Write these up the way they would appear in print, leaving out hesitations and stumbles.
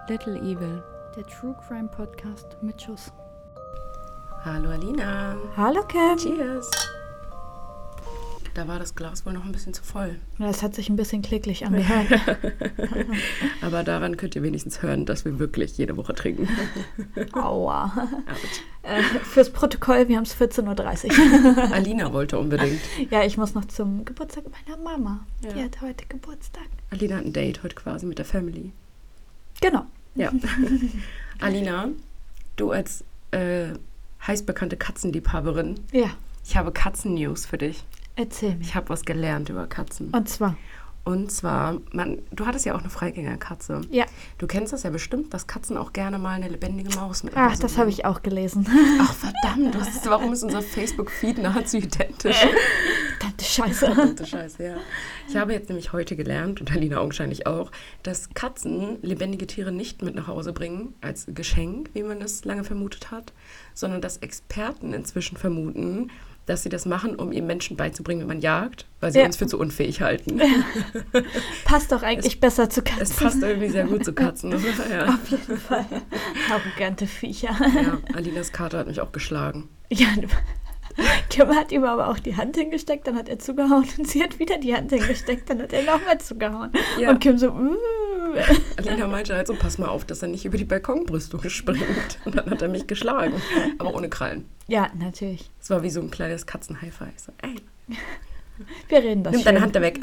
Little Evil. Der True Crime Podcast mit Schuss. Hallo Alina. Hallo Kim. Cheers. Da war das Glas wohl noch ein bisschen zu voll. Das hat sich ein bisschen klicklich angehört. Aber daran könnt ihr wenigstens hören, dass wir wirklich jede Woche trinken. Aua. Fürs Protokoll, wir haben es 14.30 Uhr. Alina wollte unbedingt. Ja, ich muss noch zum Geburtstag meiner Mama. Ja. Die hat heute Geburtstag. Alina hat ein Date heute quasi mit der Family. Genau. Ja. Alina, du als heiß bekannte Katzenliebhaberin. Ja. Ich habe Katzen-News für dich. Erzähl mir. Ich habe was gelernt über Katzen. Und zwar? Du hattest ja auch eine Freigängerkatze. Ja. Du kennst das ja bestimmt, dass Katzen auch gerne mal eine lebendige Maus mit. Ach, das habe ich auch gelesen. Ach, verdammt. Warum ist unser Facebook-Feed nahezu identisch? Verdammte Scheiße. Verdammte Scheiße, ja. Ich habe jetzt nämlich heute gelernt, und Alina augenscheinlich auch, dass Katzen lebendige Tiere nicht mit nach Hause bringen, als Geschenk, wie man es lange vermutet hat, sondern dass Experten inzwischen vermuten, dass sie das machen, um ihren Menschen beizubringen, wie man jagt, weil sie uns für zu unfähig halten. Passt doch eigentlich besser zu Katzen. Es passt irgendwie sehr gut zu Katzen. Oder? Ja. Auf jeden Fall. Arrogante Viecher. Ja, Alinas Kater hat mich auch geschlagen. Ja, Kim hat ihm aber auch die Hand hingesteckt, dann hat er zugehauen und sie hat wieder die Hand hingesteckt, dann hat er nochmal zugehauen. Ja. Und Kim so, Alina meinte halt so, pass mal auf, dass er nicht über die Balkonbrüstung springt. Und dann hat er mich geschlagen, aber ohne Krallen. Ja, natürlich. Es war wie so ein kleines Katzen-High-Five. So, ey. Wir reden das Nimm deine Hand da weg.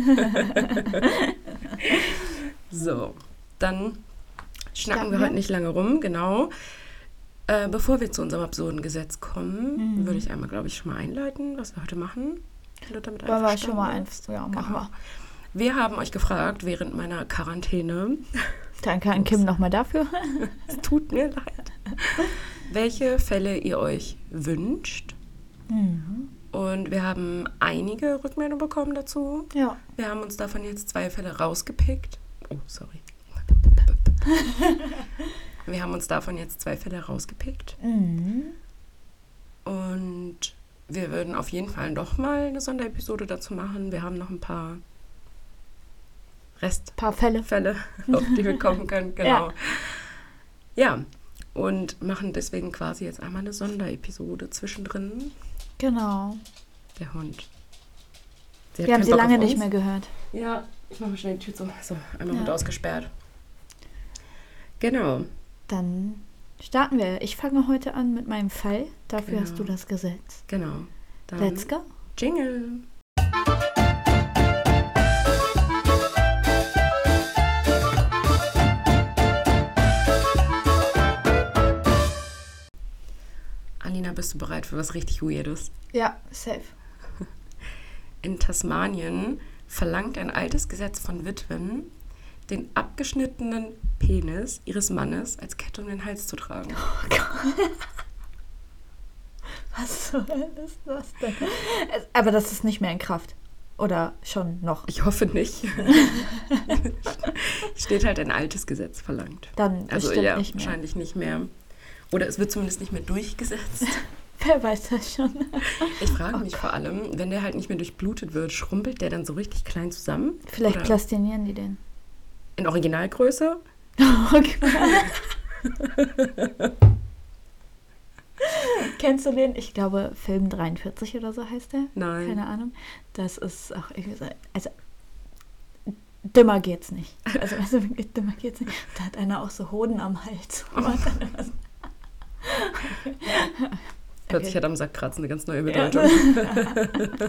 So, dann schnacken wir heute nicht lange rum, genau. Bevor wir zu unserem absurden Gesetz kommen, würde ich einmal, glaube ich, schon mal einleiten, was wir heute machen. Wollen wir schon mal machen wir. Wir haben euch gefragt, während meiner Quarantäne. Danke an Kim nochmal dafür. Es tut mir leid. Welche Fälle ihr euch wünscht. Und wir haben einige Rückmeldungen bekommen dazu. Ja. Wir haben uns davon jetzt 2 Fälle rausgepickt. Oh, sorry. Wir haben uns davon jetzt 2 Fälle rausgepickt. Und wir würden auf jeden Fall noch mal eine Sonderepisode dazu machen. Wir haben noch ein paar Fälle, auf die wir kommen können. Genau. Ja, und machen deswegen quasi jetzt einmal eine Sonderepisode zwischendrin. Genau. Der Hund. Wir haben sie lange nicht mehr gehört. Ja, ich mache mal schnell die Tür zu. So, einmal Hund ausgesperrt. Genau. Dann starten wir. Ich fange heute an mit meinem Fall. Dafür hast du das Gesetz. Genau. Dann Let's go. Jingle. Alina, bist du bereit für was richtig Weirdes? Ja, safe. In Tasmanien verlangt ein altes Gesetz von Witwen, den abgeschnittenen Penis ihres Mannes als Kette um den Hals zu tragen. Oh Gott. Was soll ist das denn? Aber das ist nicht mehr in Kraft. Oder schon noch? Ich hoffe nicht. Steht halt ein altes Gesetz verlangt. Dann bestimmt ja, nicht mehr. Wahrscheinlich nicht mehr. Oder es wird zumindest nicht mehr durchgesetzt. Wer weiß das schon. Ich frage mich vor allem, wenn der halt nicht mehr durchblutet wird, schrumpelt der dann so richtig klein zusammen? Vielleicht oder plastinieren die den. In Originalgröße? Okay. Kennst du den? Ich glaube, Film 43 oder so heißt der. Nein. Keine Ahnung. Das ist auch irgendwie so. Also, dümmer geht's nicht. Also wirklich dümmer geht's nicht. Da hat einer auch so Hoden am Hals. Plötzlich hat am Sack kratzen eine ganz neue Bedeutung. Ja.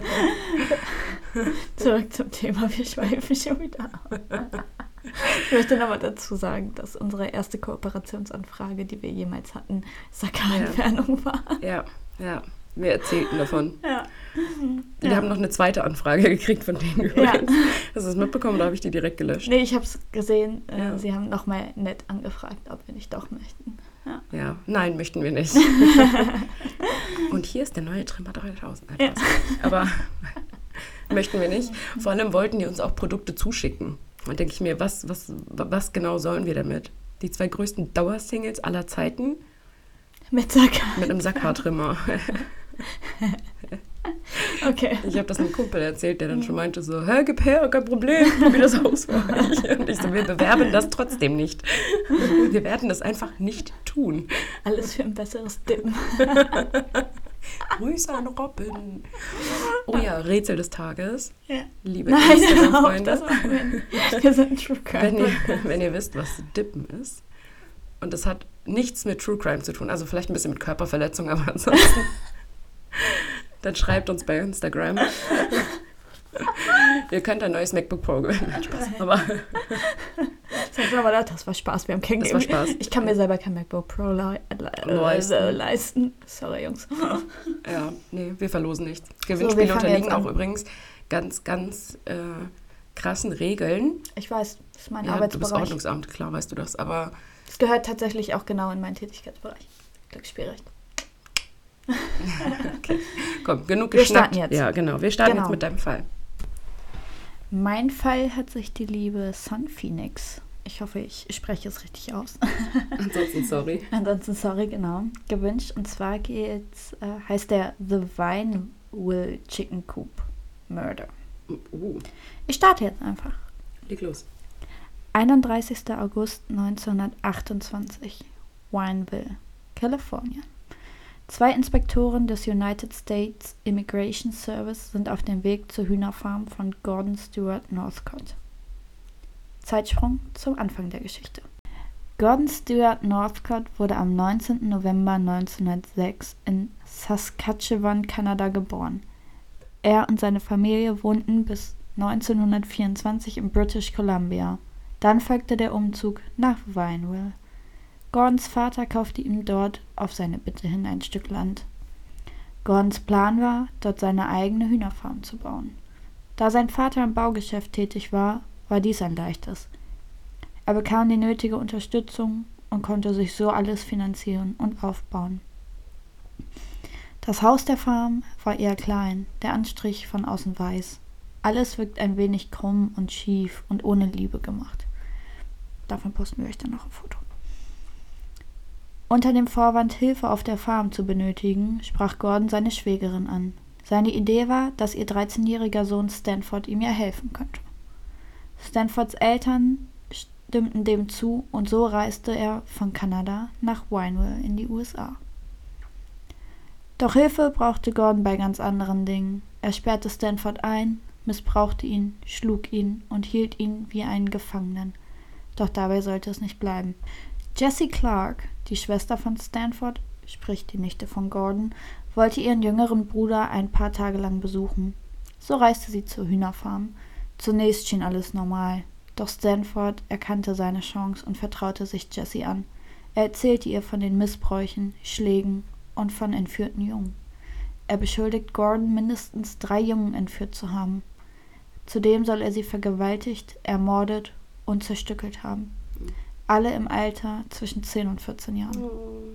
Zurück zum Thema, wir schweifen schon wieder ab. Ich möchte nochmal dazu sagen, dass unsere erste Kooperationsanfrage, die wir jemals hatten, Sackerentfernung war. Ja, wir erzählten davon. Ja. Wir haben noch eine zweite Anfrage gekrikt von denen übrigens. Hast du das mitbekommen oder habe ich die direkt gelöscht? Nee, ich habe es gesehen. Sie haben nochmal nett angefragt, ob wir nicht doch möchten. Ja, nein, möchten wir nicht. Und hier ist der neue Trimmer 3000. Ja. Aber möchten wir nicht. Vor allem wollten die uns auch Produkte zuschicken. Und denke ich mir, was genau sollen wir damit? Die 2 größten Dauersingles aller Zeiten? Mit Sackhaar. Mit einem Sackhaartrimmer. Okay. Ich habe das einem Kumpel erzählt, der dann schon meinte so, hä, gib her, kein Problem, probier das aus für euch. Und ich so, wir bewerben das trotzdem nicht. Wir werden das einfach nicht tun. Alles für ein besseres Dippen. Grüße an Robin. Oh ja, Rätsel des Tages. Ja. Liebe Nein, Instagram-Freunde, das machen wir nicht. Wir sind True Crime. wenn ihr wisst, was Dippen ist. Und das hat nichts mit True Crime zu tun, also vielleicht ein bisschen mit Körperverletzung, aber ansonsten, dann schreibt uns bei Instagram. Ihr könnt ein neues MacBook Pro gewinnen. Nein, Spaß. Aber das war Spaß. Wir haben kein das war Spaß. Ich kann mir selber kein MacBook Pro leisten. Sorry, Jungs. Ja, nee, wir verlosen nichts. Gewinnspiele unterliegen auch übrigens ganz, ganz krassen Regeln. Ich weiß, das ist mein Ja, Arbeitsbereich. du bist Ordnungsamt, klar weißt du das, aber Es gehört tatsächlich auch genau in meinen Tätigkeitsbereich. Glücksspielrecht. okay. Komm, genug Wir geschnackt. starten jetzt. Ja, genau. Wir starten Genau. jetzt mit deinem Fall. Mein Fall hat sich die liebe Sun Phoenix, ich hoffe, ich spreche es richtig aus. Ansonsten sorry. Genau, gewünscht. Und zwar heißt der The Vineville Chicken Coop Murder. Ich starte jetzt einfach. Leg los. 31. August 1928, Vineville, Kalifornien. 2 Inspektoren des United States Immigration Service sind auf dem Weg zur Hühnerfarm von Gordon Stewart Northcott. Zeitsprung zum Anfang der Geschichte. Gordon Stewart Northcott wurde am 19. November 1906 in Saskatchewan, Kanada geboren. Er und seine Familie wohnten bis 1924 in British Columbia. Dann folgte der Umzug nach Vineville. Gordons Vater kaufte ihm dort auf seine Bitte hin ein Stück Land. Gordons Plan war, dort seine eigene Hühnerfarm zu bauen. Da sein Vater im Baugeschäft tätig war, war dies ein leichtes. Er bekam die nötige Unterstützung und konnte sich so alles finanzieren und aufbauen. Das Haus der Farm war eher klein, der Anstrich von außen weiß. Alles wirkt ein wenig krumm und schief und ohne Liebe gemacht. Davon posten wir euch dann noch ein Foto. Unter dem Vorwand, Hilfe auf der Farm zu benötigen, sprach Gordon seine Schwägerin an. Seine Idee war, dass ihr 13-jähriger Sohn Stanford ihm ja helfen könnte. Stanfords Eltern stimmten dem zu und so reiste er von Kanada nach Vineville in die USA. Doch Hilfe brauchte Gordon bei ganz anderen Dingen. Er sperrte Stanford ein, missbrauchte ihn, schlug ihn und hielt ihn wie einen Gefangenen. Doch dabei sollte es nicht bleiben. Jessie Clark, die Schwester von Stanford, sprich die Nichte von Gordon, wollte ihren jüngeren Bruder ein paar Tage lang besuchen. So reiste sie zur Hühnerfarm. Zunächst schien alles normal, doch Stanford erkannte seine Chance und vertraute sich Jessie an. Er erzählte ihr von den Missbräuchen, Schlägen und von entführten Jungen. Er beschuldigt Gordon, mindestens 3 Jungen entführt zu haben. Zudem soll er sie vergewaltigt, ermordet und zerstückelt haben. Alle im Alter zwischen 10 und 14 Jahren.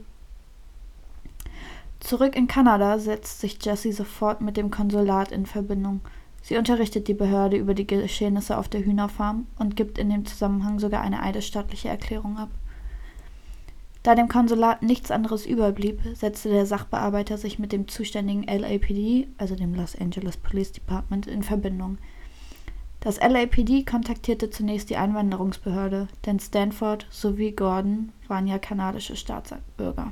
Zurück in Kanada setzt sich Jessie sofort mit dem Konsulat in Verbindung. Sie unterrichtet die Behörde über die Geschehnisse auf der Hühnerfarm und gibt in dem Zusammenhang sogar eine eidesstattliche Erklärung ab. Da dem Konsulat nichts anderes überblieb, setzte der Sachbearbeiter sich mit dem zuständigen LAPD, also dem Los Angeles Police Department, in Verbindung. Das LAPD kontaktierte zunächst die Einwanderungsbehörde, denn Stanford sowie Gordon waren ja kanadische Staatsbürger.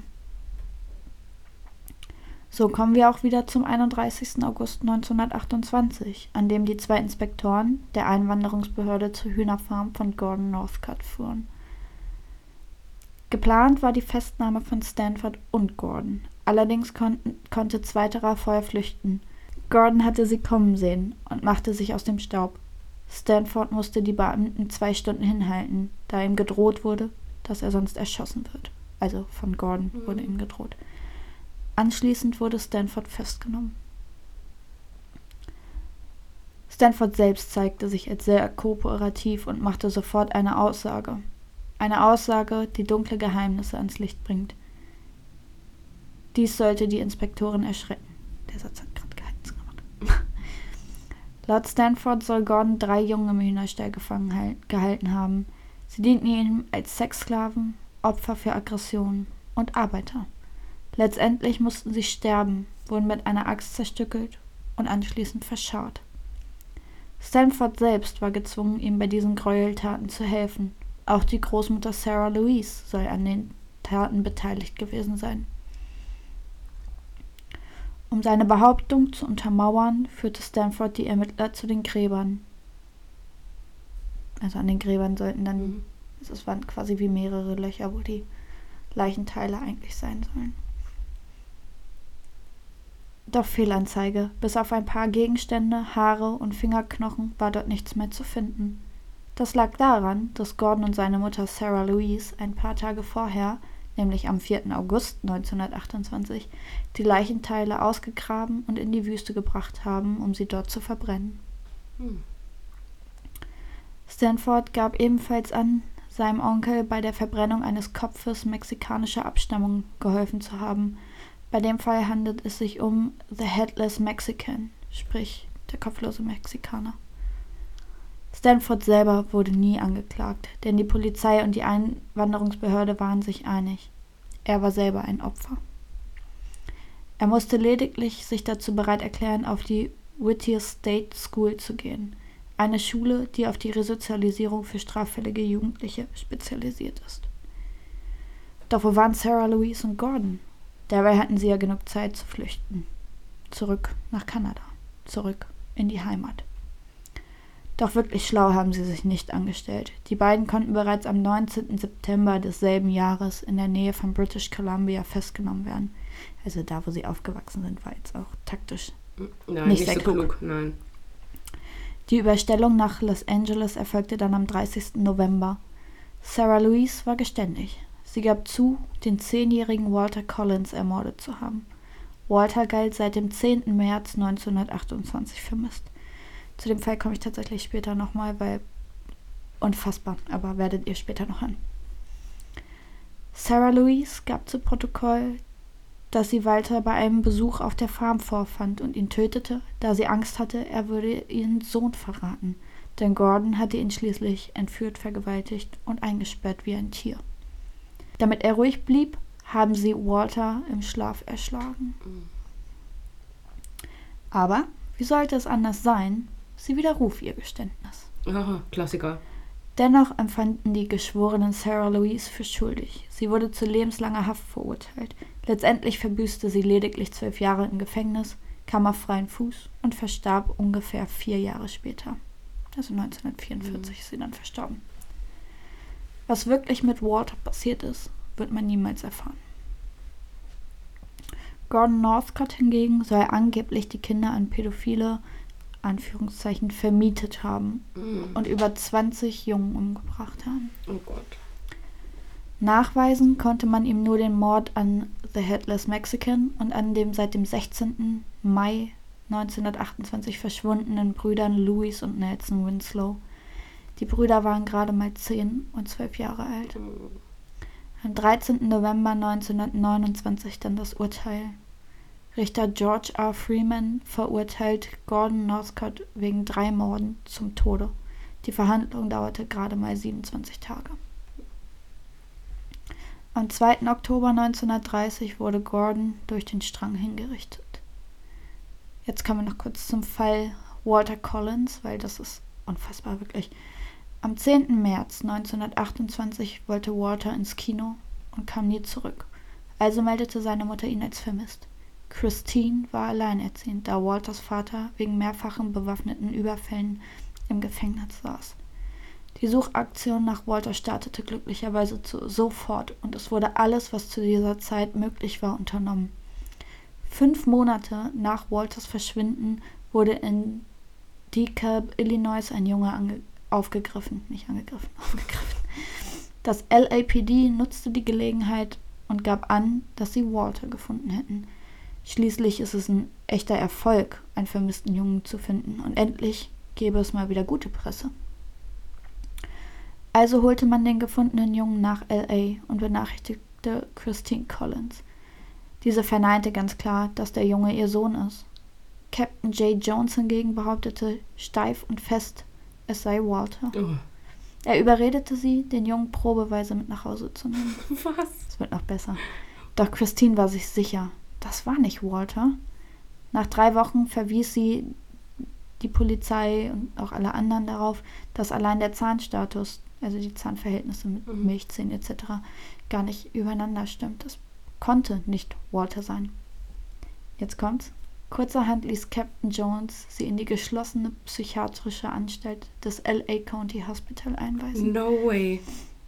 So kommen wir auch wieder zum 31. August 1928, an dem die 2 Inspektoren der Einwanderungsbehörde zur Hühnerfarm von Gordon Northcott fuhren. Geplant war die Festnahme von Stanford und Gordon. Allerdings konnte zweiterer vorher flüchten. Gordon hatte sie kommen sehen und machte sich aus dem Staub. Stanford musste die Beamten 2 Stunden hinhalten, da ihm gedroht wurde, dass er sonst erschossen wird. Also von Gordon wurde ihm gedroht. Anschließend wurde Stanford festgenommen. Stanford selbst zeigte sich als sehr kooperativ und machte sofort eine Aussage. Eine Aussage, die dunkle Geheimnisse ans Licht bringt. Dies sollte die Inspektoren erschrecken. Der Satz hat gerade Geheimnis gemacht. Laut Stanford soll Gordon 3 Jungen im Hühnerstall gefangen gehalten haben. Sie dienten ihm als Sexsklaven, Opfer für Aggressionen und Arbeiter. Letztendlich mussten sie sterben, wurden mit einer Axt zerstückelt und anschließend verscharrt. Stanford selbst war gezwungen, ihm bei diesen Gräueltaten zu helfen. Auch die Großmutter Sarah Louise soll an den Taten beteiligt gewesen sein. Um seine Behauptung zu untermauern, führte Stanford die Ermittler zu den Gräbern. Also an den Gräbern sollten dann, es waren quasi wie mehrere Löcher, wo die Leichenteile eigentlich sein sollen. Doch Fehlanzeige. Bis auf ein paar Gegenstände, Haare und Fingerknochen war dort nichts mehr zu finden. Das lag daran, dass Gordon und seine Mutter Sarah Louise ein paar Tage vorher, nämlich am 4. August 1928, die Leichenteile ausgegraben und in die Wüste gebracht haben, um sie dort zu verbrennen. Stanford gab ebenfalls an, seinem Onkel bei der Verbrennung eines Kopfes mexikanischer Abstammung geholfen zu haben. Bei dem Fall handelt es sich um The Headless Mexican, sprich der kopflose Mexikaner. Stanford selber wurde nie angeklagt, denn die Polizei und die Einwanderungsbehörde waren sich einig. Er war selber ein Opfer. Er musste lediglich sich dazu bereit erklären, auf die Whittier State School zu gehen, eine Schule, die auf die Resozialisierung für straffällige Jugendliche spezialisiert ist. Doch wo waren Sarah Louise und Gordon? Dabei hatten sie ja genug Zeit zu flüchten. Zurück nach Kanada. Zurück in die Heimat. Doch wirklich schlau haben sie sich nicht angestellt. Die beiden konnten bereits am 19. September desselben Jahres in der Nähe von British Columbia festgenommen werden. Also da, wo sie aufgewachsen sind, war jetzt auch taktisch nicht sehr klug. Nein. Die Überstellung nach Los Angeles erfolgte dann am 30. November. Sarah Louise war geständig. Sie gab zu, den 10-jährigen Walter Collins ermordet zu haben. Walter galt seit dem 10. März 1928 vermisst. Zu dem Fall komme ich tatsächlich später nochmal, weil unfassbar, aber werdet ihr später noch hören. Sarah Louise gab zu Protokoll, dass sie Walter bei einem Besuch auf der Farm vorfand und ihn tötete, da sie Angst hatte, er würde ihren Sohn verraten, denn Gordon hatte ihn schließlich entführt, vergewaltigt und eingesperrt wie ein Tier. Damit er ruhig blieb, haben sie Walter im Schlaf erschlagen. Aber, wie sollte es anders sein, sie widerruf ihr Geständnis. Aha, Klassiker. Dennoch empfanden die Geschworenen Sarah Louise für schuldig. Sie wurde zu lebenslanger Haft verurteilt. Letztendlich verbüßte sie lediglich 12 Jahre im Gefängnis, kam auf freien Fuß und verstarb ungefähr 4 Jahre später. Also 1944 ist sie dann verstorben. Was wirklich mit Walter passiert ist, wird man niemals erfahren. Gordon Northcott hingegen soll angeblich die Kinder an Pädophile, Anführungszeichen, vermietet haben und über 20 Jungen umgebracht haben. Oh Gott. Nachweisen konnte man ihm nur den Mord an The Headless Mexican und an dem seit dem 16. Mai 1928 verschwundenen Brüdern Louis und Nelson Winslow. Die Brüder waren gerade mal 10 und 12 Jahre alt. Am 13. November 1929 dann das Urteil. Richter George R. Freeman verurteilt Gordon Northcott wegen 3 Morden zum Tode. Die Verhandlung dauerte gerade mal 27 Tage. Am 2. Oktober 1930 wurde Gordon durch den Strang hingerichtet. Jetzt kommen wir noch kurz zum Fall Walter Collins, weil das ist unfassbar wirklich. Am 10. März 1928 wollte Walter ins Kino und kam nie zurück. Also meldete seine Mutter ihn als vermisst. Christine war alleinerziehend, da Walters Vater wegen mehrfachen bewaffneten Überfällen im Gefängnis saß. Die Suchaktion nach Walter startete glücklicherweise sofort und es wurde alles, was zu dieser Zeit möglich war, unternommen. 5 Monate nach Walters Verschwinden wurde in DeKalb, Illinois, ein Junge aufgegriffen. Das LAPD nutzte die Gelegenheit und gab an, dass sie Walter gefunden hätten. Schließlich ist es ein echter Erfolg, einen vermissten Jungen zu finden und endlich gäbe es mal wieder gute Presse. Also holte man den gefundenen Jungen nach L.A. und benachrichtigte Christine Collins. Diese verneinte ganz klar, dass der Junge ihr Sohn ist. Captain J. Jones hingegen behauptete steif und fest, es sei Walter. Oh. Er überredete sie, den Jungen probeweise mit nach Hause zu nehmen. Was? Es wird noch besser. Doch Christine war sich sicher, das war nicht Walter. Nach 3 Wochen verwies sie die Polizei und auch alle anderen darauf, dass allein der Zahnstatus, also die Zahnverhältnisse mit Milchzähnen etc., gar nicht übereinander stimmt. Das konnte nicht Walter sein. Jetzt kommt's. Kurzerhand ließ Captain Jones sie in die geschlossene psychiatrische Anstalt des LA County Hospital einweisen. No way.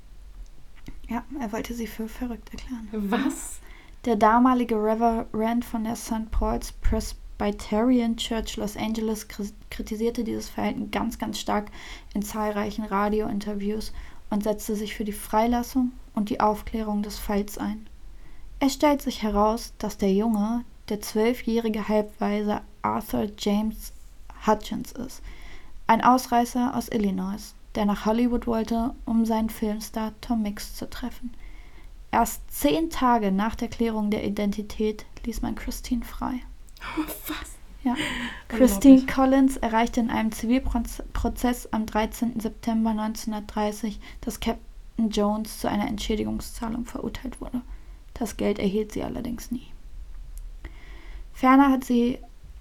Ja, er wollte sie für verrückt erklären. Was? Der damalige Reverend von der St. Paul's Presbyterian Church Los Angeles kritisierte dieses Verhalten ganz, ganz stark in zahlreichen Radiointerviews und setzte sich für die Freilassung und die Aufklärung des Falls ein. Es stellt sich heraus, dass der Junge der 12-jährige Halbwaise Arthur James Hutchins ist, ein Ausreißer aus Illinois, der nach Hollywood wollte, um seinen Filmstar Tom Mix zu treffen. Erst 10 Tage nach der Klärung der Identität ließ man Christine frei. Was? Ja. Christine Collins erreichte in einem Zivilprozess am 13. September 1930, dass Captain Jones zu einer Entschädigungszahlung verurteilt wurde. Das Geld erhielt sie allerdings nie. Ferner hat sie,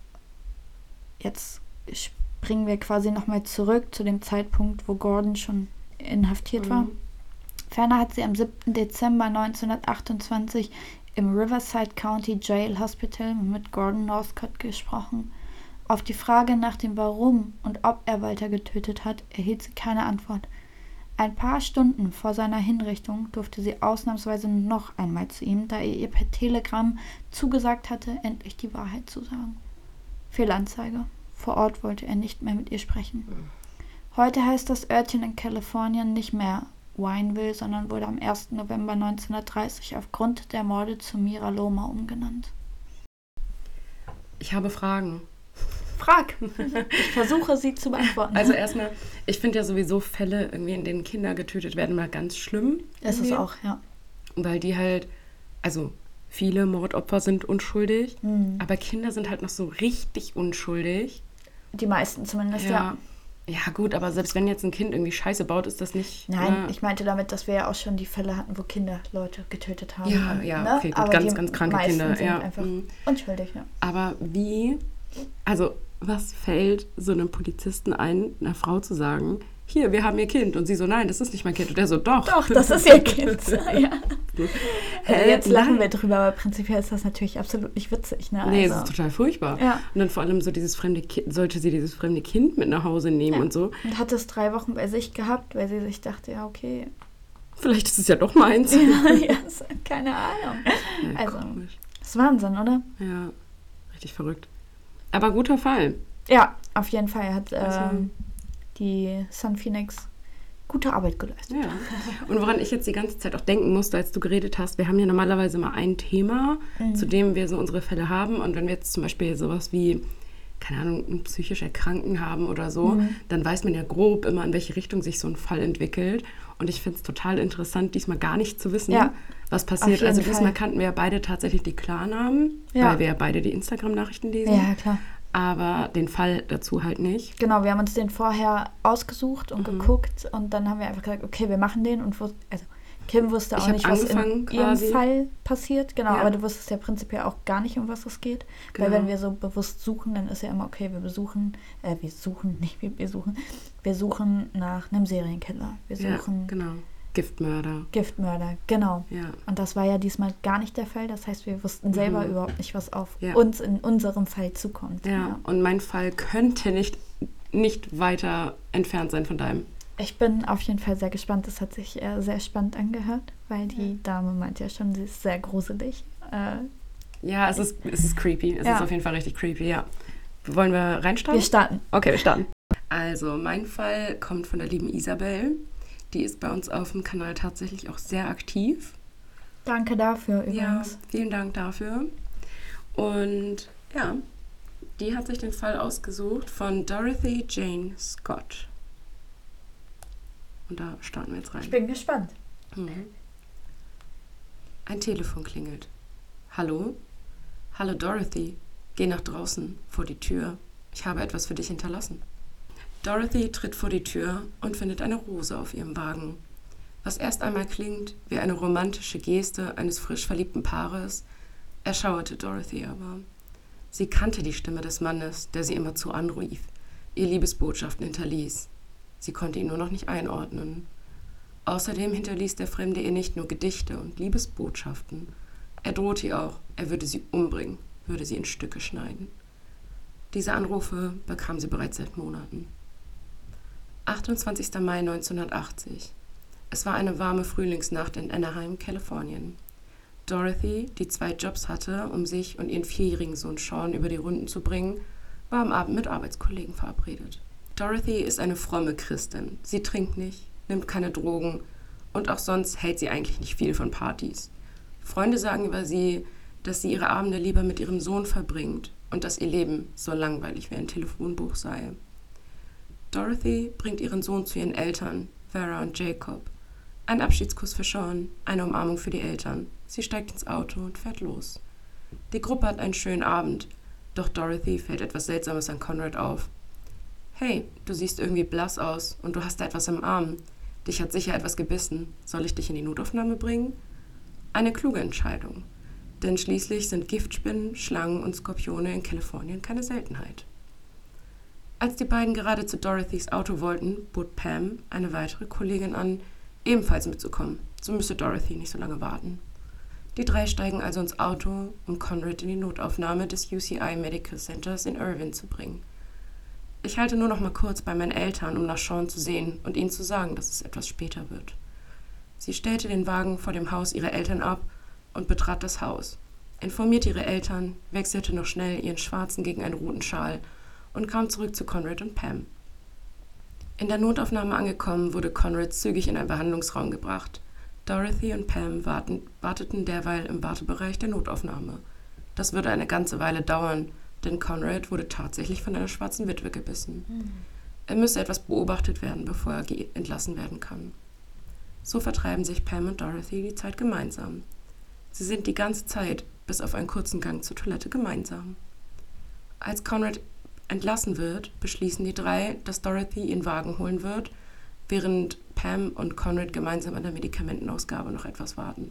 jetzt springen wir quasi nochmal zurück zu dem Zeitpunkt, wo Gordon schon inhaftiert war. Ferner hat sie am 7. Dezember 1928 im Riverside County Jail Hospital mit Gordon Northcott gesprochen. Auf die Frage nach dem Warum und ob er Walter getötet hat, erhielt sie keine Antwort. Ein paar Stunden vor seiner Hinrichtung durfte sie ausnahmsweise noch einmal zu ihm, da er ihr per Telegramm zugesagt hatte, endlich die Wahrheit zu sagen. Fehlanzeige. Vor Ort wollte er nicht mehr mit ihr sprechen. Heute heißt das Örtchen in Kalifornien nicht mehr Wineville, sondern wurde am 1. November 1930 aufgrund der Morde zu Mira Loma umgenannt. Ich habe Fragen. Frag! Ich versuche, sie zu beantworten. Also erstmal, ich finde ja sowieso Fälle, irgendwie, in denen Kinder getötet werden, mal ganz schlimm. Es ist auch, ja. Weil die halt, also viele Mordopfer sind unschuldig, aber Kinder sind halt noch so richtig unschuldig. Die meisten zumindest, ja. Ja gut, aber selbst wenn jetzt ein Kind irgendwie Scheiße baut, ist das nicht... Nein, ich meinte damit, dass wir ja auch schon die Fälle hatten, wo Kinder Leute getötet haben. Ja, und, ja, ne? okay, gut, aber ganz kranke Kinder. Sind ja. einfach unschuldig, ja. Aber wie, also was fällt so einem Polizisten ein, einer Frau zu sagen, hier, wir haben ihr Kind. Und sie so, nein, das ist nicht mein Kind. Und der so, doch. Doch, das ist ihr Kind. Ja. Jetzt lachen wir drüber, aber prinzipiell ist das natürlich absolut nicht witzig. Ne? Nee, es ist total furchtbar. Ja. Und dann vor allem so dieses fremde Kind, sollte sie dieses fremde Kind mit nach Hause nehmen und so. Und hat es 3 Wochen bei sich gehabt, weil sie sich dachte, ja, okay. Vielleicht ist es ja doch meins. Ja, keine Ahnung. Ja, also, komisch. Das ist Wahnsinn, oder? Ja, richtig verrückt. Aber guter Fall. Ja, auf jeden Fall hat die Sun Phoenix gute Arbeit geleistet. Ja. Und woran ich jetzt die ganze Zeit auch denken musste, als du geredet hast, wir haben ja normalerweise mal ein Thema, zu dem wir so unsere Fälle haben. Und wenn wir jetzt zum Beispiel sowas wie, keine Ahnung, einen psychisch Erkrankten haben oder so, dann weiß man ja grob immer, in welche Richtung sich so ein Fall entwickelt. Und ich finde es total interessant, diesmal gar nicht zu wissen, was passiert. Also diesmal kannten wir ja beide tatsächlich die Klarnamen, weil wir ja beide die Instagram-Nachrichten lesen. Ja, klar. Aber den Fall dazu halt nicht. Genau, wir haben uns den vorher ausgesucht und geguckt und dann haben wir einfach gesagt, okay, wir machen den und Kim wusste auch nicht, was in ihrem Fall passiert. Genau, aber du wusstest ja prinzipiell auch gar nicht, um was es geht. Genau. Weil wenn wir so bewusst suchen, dann ist ja immer, okay, wir suchen nach einem Serienkiller. Wir suchen... genau. Giftmörder, genau. Ja. Und das war ja diesmal gar nicht der Fall. Das heißt, wir wussten selber überhaupt nicht, was auf uns in unserem Fall zukommt. Ja, und mein Fall könnte nicht weiter entfernt sein von deinem. Ich bin auf jeden Fall sehr gespannt. Das hat sich sehr spannend angehört, weil die Dame meint ja schon, sie ist sehr gruselig. Ja, es ist creepy. Es ist auf jeden Fall richtig creepy, ja. Wollen wir reinstarten? Wir starten. Okay, wir starten. Also, mein Fall kommt von der lieben Isabel. Die ist bei uns auf dem Kanal tatsächlich auch sehr aktiv. Danke dafür übrigens. Ja, vielen Dank dafür. Und ja, die hat sich den Fall ausgesucht von Dorothy Jane Scott. Und da starten wir jetzt rein. Ich bin gespannt. Ein Telefon klingelt. Hallo? Hallo Dorothy. Geh nach draußen, vor die Tür. Ich habe etwas für dich hinterlassen. Dorothy tritt vor die Tür und findet eine Rose auf ihrem Wagen. Was erst einmal klingt wie eine romantische Geste eines frisch verliebten Paares, erschauerte Dorothy aber. Sie kannte die Stimme des Mannes, der sie immerzu anrief, ihr Liebesbotschaften hinterließ. Sie konnte ihn nur noch nicht einordnen. Außerdem hinterließ der Fremde ihr nicht nur Gedichte und Liebesbotschaften. Er drohte ihr auch, er würde sie umbringen, würde sie in Stücke schneiden. Diese Anrufe bekam sie bereits seit Monaten. 28. Mai 1980. Es war eine warme Frühlingsnacht in Anaheim, Kalifornien. Dorothy, die 2 Jobs hatte, um sich und ihren 4-jährigen Sohn Sean über die Runden zu bringen, war am Abend mit Arbeitskollegen verabredet. Dorothy ist eine fromme Christin. Sie trinkt nicht, nimmt keine Drogen und auch sonst hält sie eigentlich nicht viel von Partys. Freunde sagen über sie, dass sie ihre Abende lieber mit ihrem Sohn verbringt und dass ihr Leben so langweilig wie ein Telefonbuch sei. Dorothy bringt ihren Sohn zu ihren Eltern, Vera und Jacob. Ein Abschiedskuss für Sean, eine Umarmung für die Eltern. Sie steigt ins Auto und fährt los. Die Gruppe hat einen schönen Abend, doch Dorothy fällt etwas Seltsames an Conrad auf. »Hey, du siehst irgendwie blass aus und du hast da etwas im Arm. Dich hat sicher etwas gebissen. Soll ich dich in die Notaufnahme bringen?« Eine kluge Entscheidung, denn schließlich sind Giftspinnen, Schlangen und Skorpione in Kalifornien keine Seltenheit. Als die beiden gerade zu Dorothys Auto wollten, bot Pam, eine weitere Kollegin, an, ebenfalls mitzukommen. So müsse Dorothy nicht so lange warten. Die 3 steigen also ins Auto, um Conrad in die Notaufnahme des UCI Medical Centers in Irvine zu bringen. Ich halte nur noch mal kurz bei meinen Eltern, um nach Sean zu sehen und ihnen zu sagen, dass es etwas später wird. Sie stellte den Wagen vor dem Haus ihrer Eltern ab und betrat das Haus, informierte ihre Eltern, wechselte noch schnell ihren schwarzen gegen einen roten Schal und kam zurück zu Conrad und Pam. In der Notaufnahme angekommen, wurde Conrad zügig in einen Behandlungsraum gebracht. Dorothy und Pam warteten derweil im Wartebereich der Notaufnahme. Das würde eine ganze Weile dauern, denn Conrad wurde tatsächlich von einer schwarzen Witwe gebissen. Er müsse etwas beobachtet werden, bevor er entlassen werden kann. So vertreiben sich Pam und Dorothy die Zeit gemeinsam. Sie sind die ganze Zeit, bis auf einen kurzen Gang zur Toilette, gemeinsam. Als Conrad entlassen wird, beschließen die 3, dass Dorothy ihren Wagen holen wird, während Pam und Conrad gemeinsam an der Medikamentenausgabe noch etwas warten.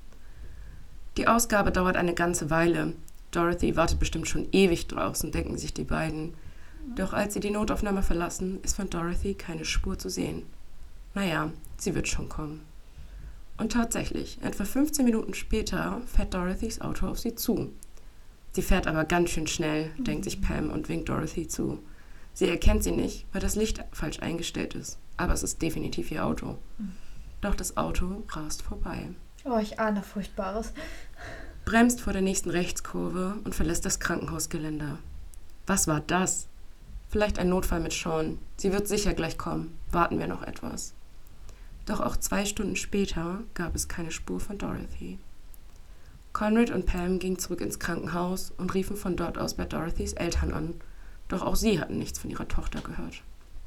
Die Ausgabe dauert eine ganze Weile. Dorothy wartet bestimmt schon ewig draußen, denken sich die beiden. Doch als sie die Notaufnahme verlassen, ist von Dorothy keine Spur zu sehen. Naja, sie wird schon kommen. Und tatsächlich, etwa 15 Minuten später fährt Dorothys Auto auf sie zu. Sie fährt aber ganz schön schnell, denkt sich Pam und winkt Dorothy zu. Sie erkennt sie nicht, weil das Licht falsch eingestellt ist. Aber es ist definitiv ihr Auto. Doch das Auto rast vorbei. Oh, ich ahne Furchtbares. Bremst vor der nächsten Rechtskurve und verlässt das Krankenhausgeländer. Was war das? Vielleicht ein Notfall mit Sean. Sie wird sicher gleich kommen. Warten wir noch etwas. Doch auch 2 Stunden später gab es keine Spur von Dorothy. Conrad und Pam gingen zurück ins Krankenhaus und riefen von dort aus bei Dorothys Eltern an. Doch auch sie hatten nichts von ihrer Tochter gehört.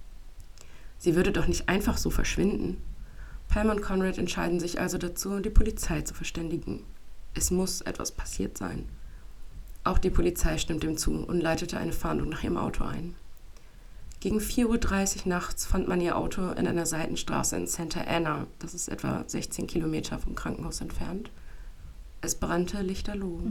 Sie würde doch nicht einfach so verschwinden. Pam und Conrad entscheiden sich also dazu, die Polizei zu verständigen. Es muss etwas passiert sein. Auch die Polizei stimmt dem zu und leitete eine Fahndung nach ihrem Auto ein. Gegen 4:30 Uhr nachts fand man ihr Auto in einer Seitenstraße in Santa Ana, das ist etwa 16 Kilometer vom Krankenhaus entfernt. Es brannte lichterloh.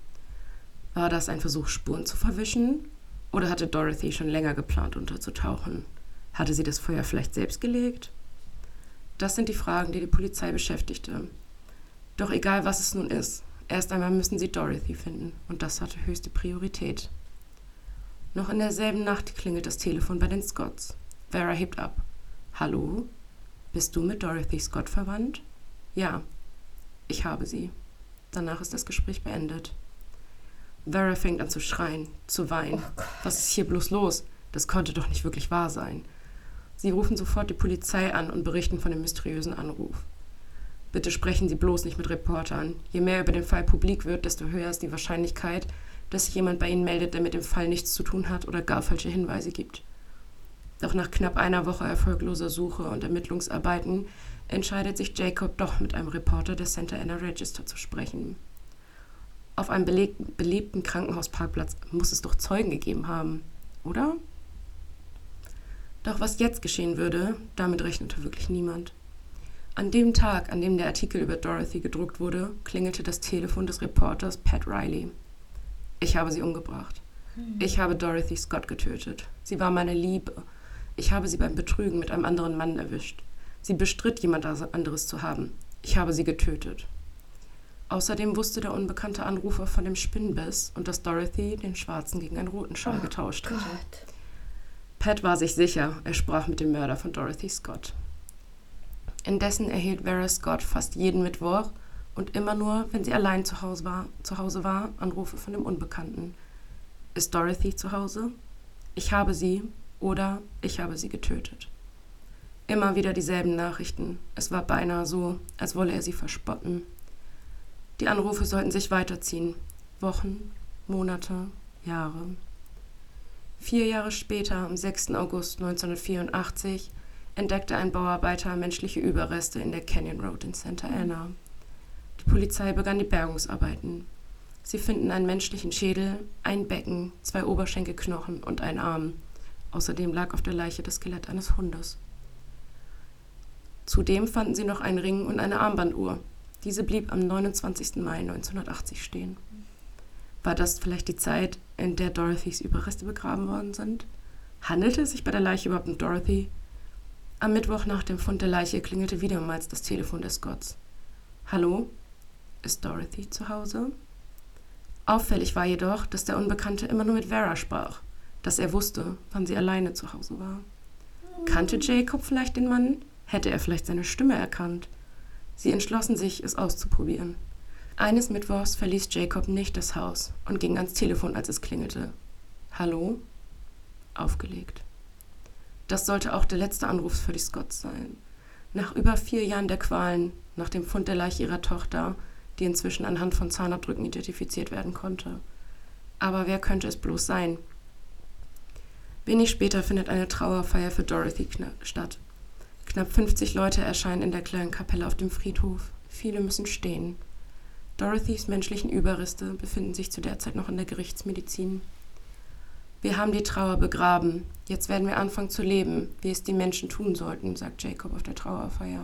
War das ein Versuch, Spuren zu verwischen? Oder hatte Dorothy schon länger geplant, unterzutauchen? Hatte sie das Feuer vielleicht selbst gelegt? Das sind die Fragen, die die Polizei beschäftigte. Doch egal, was es nun ist, erst einmal müssen sie Dorothy finden. Und das hatte höchste Priorität. Noch in derselben Nacht klingelt das Telefon bei den Scotts. Vera hebt ab. »Hallo? Bist du mit Dorothy Scott verwandt?« »Ja, ich habe sie.« Danach ist das Gespräch beendet. Vera fängt an zu schreien, zu weinen. Oh Gott. Was ist hier bloß los? Das konnte doch nicht wirklich wahr sein. Sie rufen sofort die Polizei an und berichten von dem mysteriösen Anruf. Bitte sprechen Sie bloß nicht mit Reportern. Je mehr über den Fall publik wird, desto höher ist die Wahrscheinlichkeit, dass sich jemand bei Ihnen meldet, der mit dem Fall nichts zu tun hat oder gar falsche Hinweise gibt. Doch nach knapp einer Woche erfolgloser Suche und Ermittlungsarbeiten entscheidet sich Jacob doch, mit einem Reporter des Santa Ana Register zu sprechen. Auf einem belebten Krankenhausparkplatz muss es doch Zeugen gegeben haben, oder? Doch was jetzt geschehen würde, damit rechnete wirklich niemand. An dem Tag, an dem der Artikel über Dorothy gedruckt wurde, klingelte das Telefon des Reporters Pat Riley. Ich habe sie umgebracht. Ich habe Dorothy Scott getötet. Sie war meine Liebe. Ich habe sie beim Betrügen mit einem anderen Mann erwischt. Sie bestritt, jemand anderes zu haben. Ich habe sie getötet. Außerdem wusste der unbekannte Anrufer von dem Spinnbiss und dass Dorothy den schwarzen gegen einen roten Schal getauscht hatte. Pat war sich sicher, er sprach mit dem Mörder von Dorothy Scott. Indessen erhielt Vera Scott fast jeden Mittwoch und immer nur, wenn sie allein zu Hause war, Anrufe von dem Unbekannten. Ist Dorothy zu Hause? Ich habe sie oder ich habe sie getötet. Immer wieder dieselben Nachrichten. Es war beinahe so, als wolle er sie verspotten. Die Anrufe sollten sich weiterziehen. Wochen, Monate, Jahre. 4 Jahre später, am 6. August 1984, entdeckte ein Bauarbeiter menschliche Überreste in der Canyon Road in Santa Ana. Die Polizei begann die Bergungsarbeiten. Sie finden einen menschlichen Schädel, ein Becken, 2 Oberschenkelknochen und einen Arm. Außerdem lag auf der Leiche das Skelett eines Hundes. Zudem fanden sie noch einen Ring und eine Armbanduhr. Diese blieb am 29. Mai 1980 stehen. War das vielleicht die Zeit, in der Dorothys Überreste begraben worden sind? Handelte es sich bei der Leiche überhaupt um Dorothy? Am Mittwoch nach dem Fund der Leiche klingelte wiedermals das Telefon der Scotts. Hallo? Ist Dorothy zu Hause? Auffällig war jedoch, dass der Unbekannte immer nur mit Vera sprach, dass er wusste, wann sie alleine zu Hause war. Kannte Jacob vielleicht den Mann? Hätte er vielleicht seine Stimme erkannt? Sie entschlossen sich, es auszuprobieren. Eines Mittwochs verließ Jacob nicht das Haus und ging ans Telefon, als es klingelte. Hallo? Aufgelegt. Das sollte auch der letzte Anruf für die Scotts sein. Nach über 4 Jahren der Qualen, nach dem Fund der Leiche ihrer Tochter, die inzwischen anhand von Zahnabdrücken identifiziert werden konnte. Aber wer könnte es bloß sein? Wenig später findet eine Trauerfeier für Dorothy statt. Knapp 50 Leute erscheinen in der kleinen Kapelle auf dem Friedhof. Viele müssen stehen. Dorothys menschlichen Überreste befinden sich zu der Zeit noch in der Gerichtsmedizin. Wir haben die Trauer begraben. Jetzt werden wir anfangen zu leben, wie es die Menschen tun sollten, sagt Jacob auf der Trauerfeier.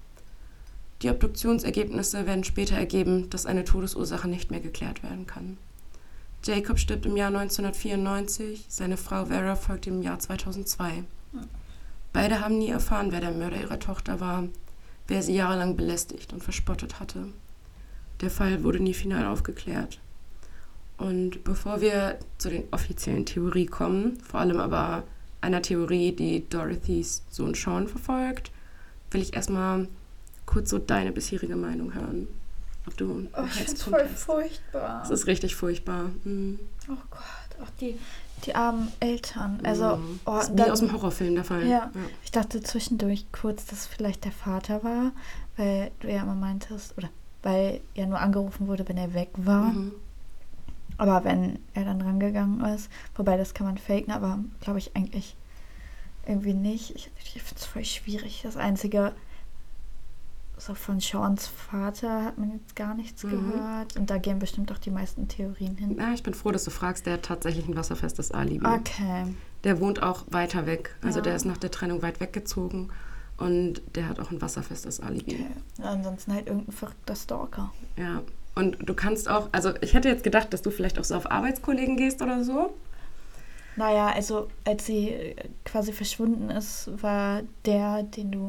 Die Obduktionsergebnisse werden später ergeben, dass eine Todesursache nicht mehr geklärt werden kann. Jacob stirbt im Jahr 1994, seine Frau Vera folgt im Jahr 2002. Beide haben nie erfahren, wer der Mörder ihrer Tochter war, wer sie jahrelang belästigt und verspottet hatte. Der Fall wurde nie final aufgeklärt. Und bevor wir zu den offiziellen Theorien kommen, vor allem aber einer Theorie, die Dorothys Sohn Sean verfolgt, will ich erstmal kurz so deine bisherige Meinung hören. Ob du ich finde es voll furchtbar. Es ist richtig furchtbar. Mhm. Oh Gott, auch die armen Eltern. Also, das ist wie aus dem Horrorfilm der Fall. Ja. Ich dachte zwischendurch kurz, dass es vielleicht der Vater war, weil du ja immer meintest, oder weil ja nur angerufen wurde, wenn er weg war. Mhm. Aber wenn er dann rangegangen ist, wobei das kann man faken, aber glaube ich eigentlich irgendwie nicht. Ich finde es voll schwierig. Das Einzige, so von Seans Vater hat man jetzt gar nichts gehört. Und da gehen bestimmt auch die meisten Theorien hin. Ja, ich bin froh, dass du fragst. Der hat tatsächlich ein wasserfestes Alibi. Okay. Der wohnt auch weiter weg. Also der ist nach der Trennung weit weggezogen. Und der hat auch ein wasserfestes Alibi. Okay. Ja, ansonsten halt irgendein verrückter Stalker. Ja. Und du kannst auch, also ich hätte jetzt gedacht, dass du vielleicht auch so auf Arbeitskollegen gehst oder so. Naja, also als sie quasi verschwunden ist, war der,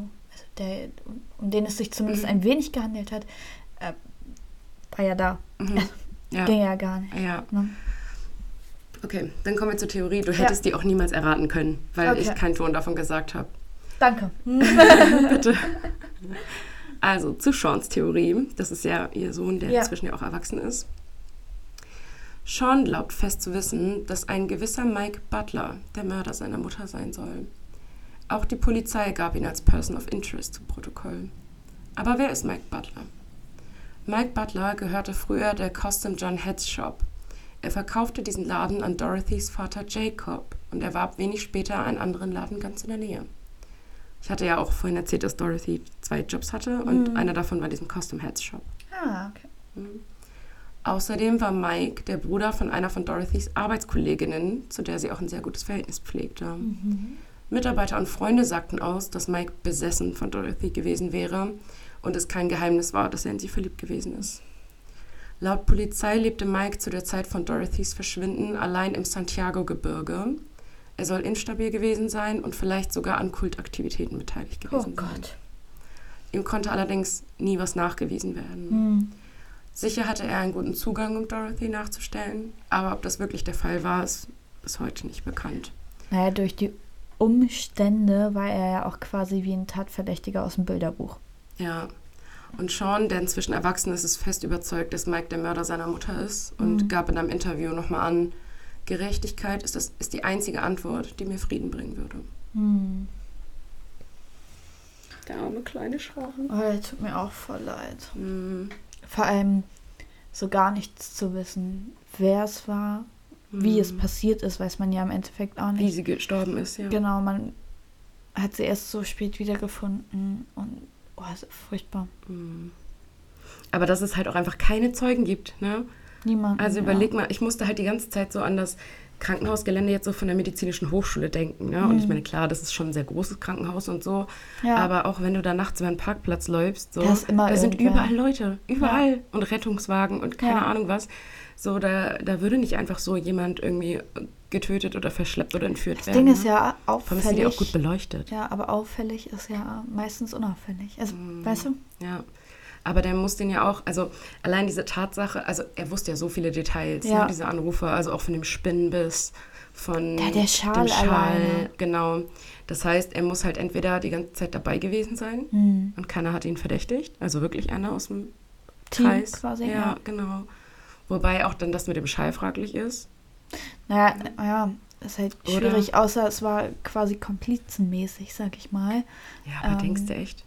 um den es sich zumindest ein wenig gehandelt hat, war ja da. Ja. Ging ja gar nicht. Ja. Ne? Okay, dann kommen wir zur Theorie. Du hättest die auch niemals erraten können, weil ich keinen Ton davon gesagt habe. Danke. Bitte. Also, zu Seans Theorie. Das ist ja ihr Sohn, der inzwischen ja auch erwachsen ist. Sean glaubt fest zu wissen, dass ein gewisser Mike Butler der Mörder seiner Mutter sein soll. Auch die Polizei gab ihn als Person of Interest zu Protokoll. Aber wer ist Mike Butler? Mike Butler gehörte früher der Custom John Heads Shop. Er verkaufte diesen Laden an Dorothys Vater Jacob und erwarb wenig später einen anderen Laden ganz in der Nähe. Ich hatte ja auch vorhin erzählt, dass Dorothy 2 Jobs hatte und einer davon war diesen Custom Heads Shop. Ah, okay. Außerdem war Mike der Bruder von einer von Dorothys Arbeitskolleginnen, zu der sie auch ein sehr gutes Verhältnis pflegte. Mitarbeiter und Freunde sagten aus, dass Mike besessen von Dorothy gewesen wäre und es kein Geheimnis war, dass er in sie verliebt gewesen ist. Laut Polizei lebte Mike zu der Zeit von Dorothys Verschwinden allein im Santiago-Gebirge. Er soll instabil gewesen sein und vielleicht sogar an Kultaktivitäten beteiligt gewesen sein. Oh Gott. Ihm konnte allerdings nie was nachgewiesen werden. Sicher hatte er einen guten Zugang, um Dorothy nachzustellen, aber ob das wirklich der Fall war, ist bis heute nicht bekannt. Naja, durch die Umstände war er ja auch quasi wie ein Tatverdächtiger aus dem Bilderbuch. Ja, und Sean, der inzwischen erwachsen ist, ist fest überzeugt, dass Mike der Mörder seiner Mutter ist und gab in einem Interview nochmal an, Gerechtigkeit ist die einzige Antwort, die mir Frieden bringen würde. Der arme kleine Sean. Oh, der tut mir auch voll leid. Vor allem so gar nichts zu wissen, wer es war, wie es passiert ist, weiß man ja im Endeffekt auch nicht. Wie sie gestorben ist, ja. Genau, man hat sie erst so spät wiedergefunden und ist furchtbar. Aber dass es halt auch einfach keine Zeugen gibt, ne? Niemand. Also überleg mal, ich musste halt die ganze Zeit so an das Krankenhausgelände jetzt so von der medizinischen Hochschule denken, ne? Und ich meine, klar, das ist schon ein sehr großes Krankenhaus und so, aber auch wenn du da nachts über einen Parkplatz läufst, so, da sind überall Leute, überall und Rettungswagen und keine Ahnung was. So, da würde nicht einfach so jemand irgendwie getötet oder verschleppt oder entführt werden. Das Ding ist ja auffällig. Vor allem ist die auch gut beleuchtet. Ja, aber auffällig ist ja meistens unauffällig. Also, weißt du? Ja. Aber der muss den ja auch, also allein diese Tatsache, also er wusste ja so viele Details, ne, diese Anrufe, also auch von dem Spinnenbiss, von der Schal dem Schal, alleine. Genau. Das heißt, er muss halt entweder die ganze Zeit dabei gewesen sein und keiner hat ihn verdächtigt, also wirklich einer aus dem Team Kreis. Quasi, ja, genau. Wobei auch dann das mit dem Schal fraglich ist. Naja, ist halt schwierig, außer es war quasi komplizenmäßig, sag ich mal. Ja, aber denkst du echt?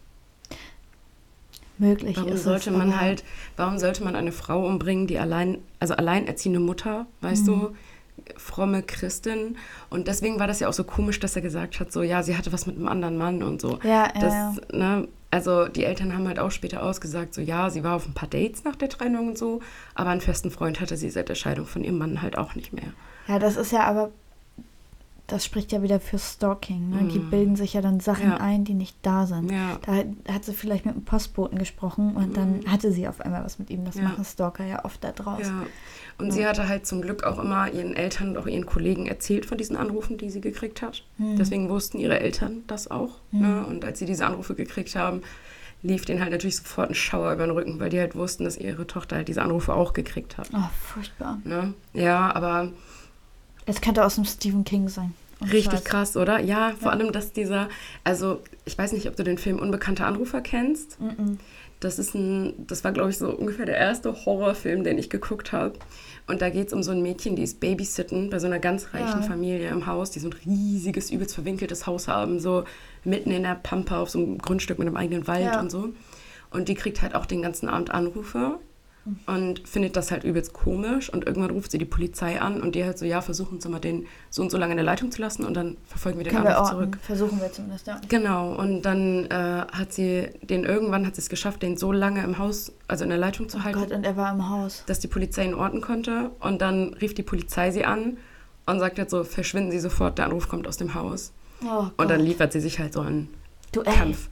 Möglich warum ist sollte es. Warum sollte man eine Frau umbringen, die alleinerziehende Mutter, weißt du, fromme Christin. Und deswegen war das ja auch so komisch, dass er gesagt hat, so, ja, sie hatte was mit einem anderen Mann und so. Ne, also die Eltern haben halt auch später ausgesagt, so, ja, sie war auf ein paar Dates nach der Trennung und so, aber einen festen Freund hatte sie seit der Scheidung von ihrem Mann halt auch nicht mehr. Ja, das ist ja aber, das spricht ja wieder für Stalking. Ne? Die bilden sich ja dann Sachen ein, die nicht da sind. Ja. Da hat sie vielleicht mit einem Postboten gesprochen und dann hatte sie auf einmal was mit ihm. Das machen Stalker ja oft da draus. Ja. Und sie hatte halt zum Glück auch immer ihren Eltern und auch ihren Kollegen erzählt von diesen Anrufen, die sie gekriegt hat. Deswegen wussten ihre Eltern das auch. Ne? Und als sie diese Anrufe gekriegt haben, lief denen halt natürlich sofort ein Schauer über den Rücken, weil die halt wussten, dass ihre Tochter halt diese Anrufe auch gekriegt hat. Oh, furchtbar. Ne? Ja, aber... Es könnte aus dem Stephen King sein. Richtig krass, oder? Ja, vor allem, dass also ich weiß nicht, ob du den Film Unbekannte Anrufer kennst. Das war, glaube ich, so ungefähr der erste Horrorfilm, den ich geguckt habe. Und da geht es um so ein Mädchen, die ist babysitten bei so einer ganz reichen Familie im Haus, die so ein riesiges, übelst verwinkeltes Haus haben, so mitten in der Pampa auf so einem Grundstück mit einem eigenen Wald und so. Und die kriegt halt auch den ganzen Abend Anrufe und findet das halt übelst komisch. Und irgendwann ruft sie die Polizei an und die halt so, ja, versuchen Sie mal den so und so lange in der Leitung zu lassen und dann verfolgen wir den Anruf zurück. Versuchen wir zumindest, ja. Genau, und dann hat sie es geschafft, den so lange im Haus, also in der Leitung zu halten. Oh Gott, und er war im Haus. Dass die Polizei ihn orten konnte. Und dann rief die Polizei sie an und sagt halt so, verschwinden Sie sofort, der Anruf kommt aus dem Haus. Oh und dann liefert sie sich halt so einen Kampf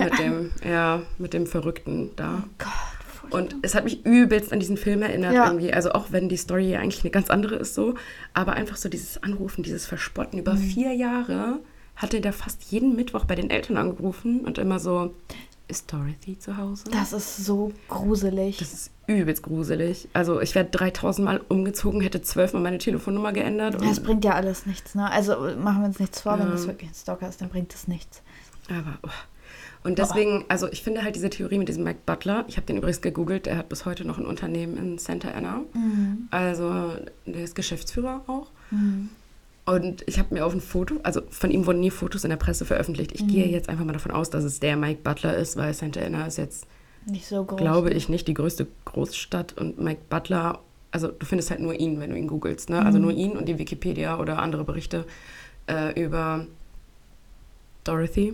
mit dem Verrückten da. Oh Gott. Und es hat mich übelst an diesen Film erinnert irgendwie. Also auch wenn die Story ja eigentlich eine ganz andere ist so. Aber einfach so dieses Anrufen, dieses Verspotten. Über 4 Jahre hatte der fast jeden Mittwoch bei den Eltern angerufen und immer so, ist Dorothy zu Hause? Das ist so gruselig. Das ist übelst gruselig. Also ich wäre 3000 Mal umgezogen, hätte 12 Mal meine Telefonnummer geändert. Das bringt ja alles nichts, ne? Also machen wir uns nichts vor, wenn das wirklich ein Stalker ist, dann bringt das nichts. Aber... Und deswegen, also ich finde halt diese Theorie mit diesem Mike Butler, ich habe den übrigens gegoogelt, der hat bis heute noch ein Unternehmen in Santa Ana. Also der ist Geschäftsführer auch. Und ich habe mir auf ein Foto, also von ihm wurden nie Fotos in der Presse veröffentlicht. Ich gehe jetzt einfach mal davon aus, dass es der Mike Butler ist, weil Santa Ana ist jetzt, nicht so groß, glaube ich, nicht die größte Großstadt. Und Mike Butler, also du findest halt nur ihn, wenn du ihn googelst, ne? Also nur ihn und die Wikipedia oder andere Berichte über Dorothy.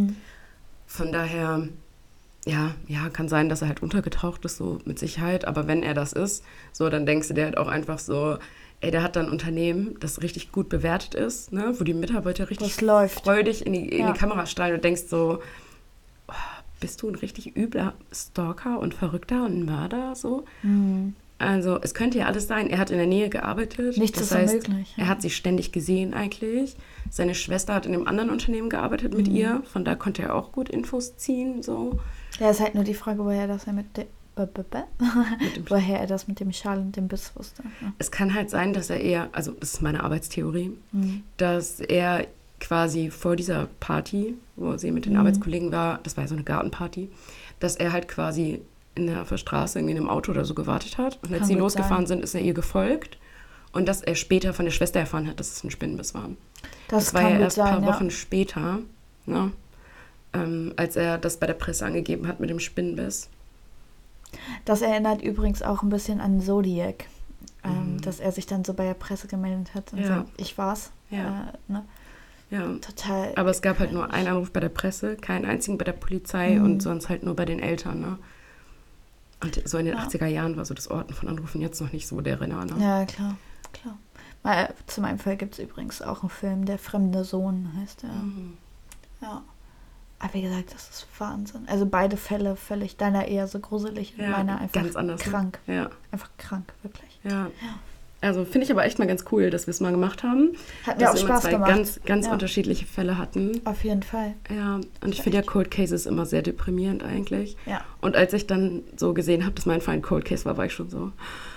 Von daher, ja, kann sein, dass er halt untergetaucht ist, so mit Sicherheit. Aber wenn er das ist, so, dann denkst du dir halt auch einfach so, ey, der hat da ein Unternehmen, das richtig gut bewertet ist, ne, wo die Mitarbeiter richtig freudig in die Kamera strahlen und denkst so, oh, bist du ein richtig übler Stalker und Verrückter und ein Mörder, so? Also es könnte ja alles sein. Er hat in der Nähe gearbeitet. Nichts das ist heißt, unmöglich. Ja. er hat sie ständig gesehen eigentlich. Seine Schwester hat in einem anderen Unternehmen gearbeitet mit ihr. Von da konnte er auch gut Infos ziehen. So. Ja, ist halt nur die Frage, woher das er woher er das mit dem Schal und dem Biss wusste. Ja. Es kann halt sein, dass er eher, also das ist meine Arbeitstheorie, dass er quasi vor dieser Party, wo sie mit den Arbeitskollegen war, das war ja so eine Gartenparty, dass er halt quasi auf der Straße irgendwie in einem Auto oder so gewartet hat. Und als sie losgefahren sind, ist er ihr gefolgt. Und dass er später von der Schwester erfahren hat, dass es ein Spinnenbiss war. Das war ja erst ein paar Wochen später, ne, als er das bei der Presse angegeben hat mit dem Spinnenbiss. Das erinnert übrigens auch ein bisschen an Zodiac, dass er sich dann so bei der Presse gemeldet hat und sagt, ich war's. Ja. Ne? Ja. Total. Aber es gab halt nur einen Anruf bei der Presse, keinen einzigen bei der Polizei und sonst halt nur bei den Eltern. Ne? Und so in den 80er Jahren war so das Orten von Anrufen jetzt noch nicht so der Renner. Ne? Ja, klar. Mal, zu meinem Fall gibt es übrigens auch einen Film, Der fremde Sohn heißt der. Ja. Aber wie gesagt, das ist Wahnsinn. Also beide Fälle völlig, deiner eher so gruselig und meiner einfach ganz anders, krank. Ne? Ja. Einfach krank, wirklich. Ja. Also finde ich aber echt mal ganz cool, dass wir es mal gemacht haben. Hat mir auch Spaß gemacht. Dass wir ganz unterschiedliche Fälle hatten. Auf jeden Fall. Ja, und ich finde ja Cold Cases immer sehr deprimierend eigentlich. Ja. Und als ich dann so gesehen habe, dass mein Fall ein Cold Case war ich schon so,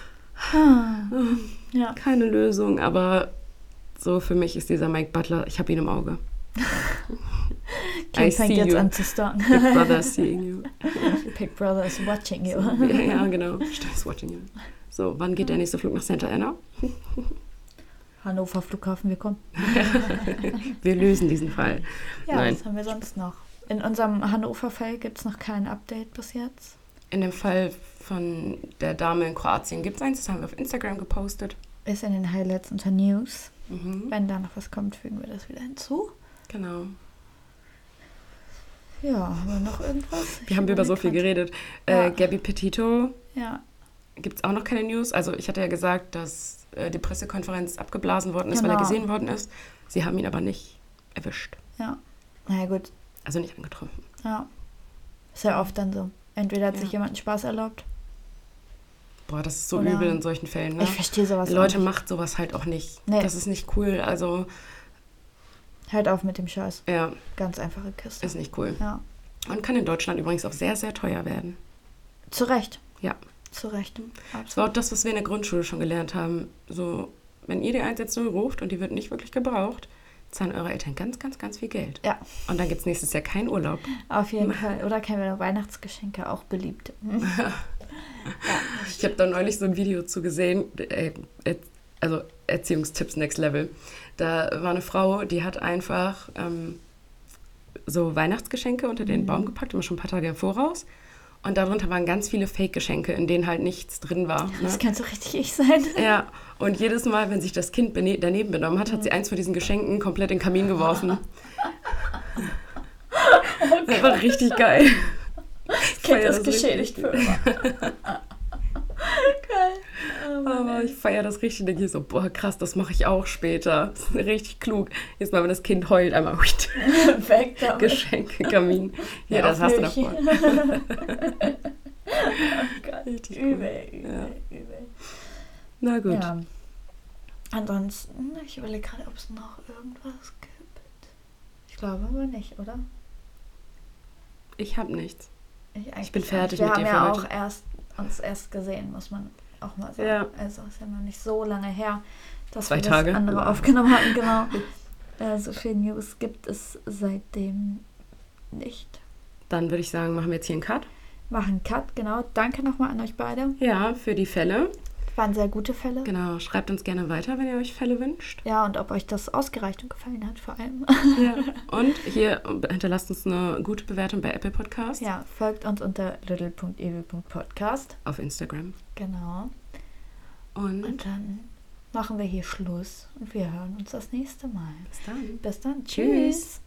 keine Lösung. Aber so für mich ist dieser Mike Butler, ich habe ihn im Auge. Kim fängt jetzt an zu stalken. Big Brother is seeing you. Big Brother is watching you. So, ja, genau. Is watching you. So, wann geht der nächste Flug nach Santa Ana? Hannover Flughafen, wir kommen. Wir lösen diesen Fall. Ja, Nein. Was haben wir sonst noch? In unserem Hannover-Fall gibt es noch kein Update bis jetzt. In dem Fall von der Dame in Kroatien gibt es eins, das haben wir auf Instagram gepostet. Ist in den Highlights unter News. Wenn da noch was kommt, fügen wir das wieder hinzu. Genau. Ja, haben wir noch irgendwas? Wir haben über so viel geredet. Gabby Petito. Ja. Gibt es auch noch keine News. Also ich hatte ja gesagt, dass die Pressekonferenz abgeblasen worden ist, weil er gesehen worden ist. Sie haben ihn aber nicht erwischt. Ja. Na ja, gut. Also nicht angetroffen. Ja. Ist ja oft dann so. Entweder hat sich jemand einen Spaß erlaubt. Boah, das ist so übel in solchen Fällen. Ne? Ich verstehe sowas Leute, macht sowas halt auch nicht. Nee. Das ist nicht cool. Also hört auf mit dem Scheiß. Ja. Ganz einfache Kiste. Ist nicht cool. Ja. Und kann in Deutschland übrigens auch sehr, sehr teuer werden. Zu Recht. Ja. Zu Recht. Das war auch das, was wir in der Grundschule schon gelernt haben. So, wenn ihr die 110 ruft und die wird nicht wirklich gebraucht, zahlen eure Eltern ganz, ganz, ganz viel Geld. Ja. Und dann gibt es nächstes Jahr keinen Urlaub. Auf jeden Fall. Oder keine Weihnachtsgeschenke, auch beliebt. Ja. Ich habe da neulich so ein Video zu gesehen, also Erziehungstipps Next Level. Da war eine Frau, die hat einfach so Weihnachtsgeschenke unter den Baum gepackt, immer schon ein paar Tage im Voraus. Und darunter waren ganz viele Fake-Geschenke, in denen halt nichts drin war. Ne? Das kann so richtig ich sein. Ja, und jedes Mal, wenn sich das Kind daneben benommen hat, hat sie eins von diesen Geschenken komplett in den Kamin geworfen. Das war richtig geil. Das Kind ist geschädigt für immer. Geil. Oh aber ich feiere das richtig, denke ich so, boah, krass, das mache ich auch später. Das ist richtig klug. Jetzt mal, wenn das Kind heult, einmal weg damit. Geschenke, Kamin. Ja, das hast du davor. Richtig übel. Na gut. Ja. Ansonsten, ich überlege gerade, ob es noch irgendwas gibt. Ich glaube aber nicht, oder? Ich habe nichts. Ich bin fertig mit dir für heute. Wir haben ja auch uns erst gesehen, muss man auch mal sagen. Ja. Also ist ja noch nicht so lange her, dass 2 wir Tage. das andere aufgenommen hatten. Genau. So viel News gibt es seitdem nicht. Dann würde ich sagen, machen wir jetzt hier einen Cut. Machen einen Cut, genau. Danke nochmal an euch beide. Ja, für die Fälle. Waren sehr gute Fälle. Genau, schreibt uns gerne weiter, wenn ihr euch Fälle wünscht. Ja, und ob euch das ausgereicht und gefallen hat, vor allem. Ja. Und hier hinterlasst uns eine gute Bewertung bei Apple Podcast. Ja, folgt uns unter little.evil.podcast. Auf Instagram. Genau. Und dann machen wir hier Schluss und wir hören uns das nächste Mal. Bis dann. Bis dann. Tschüss.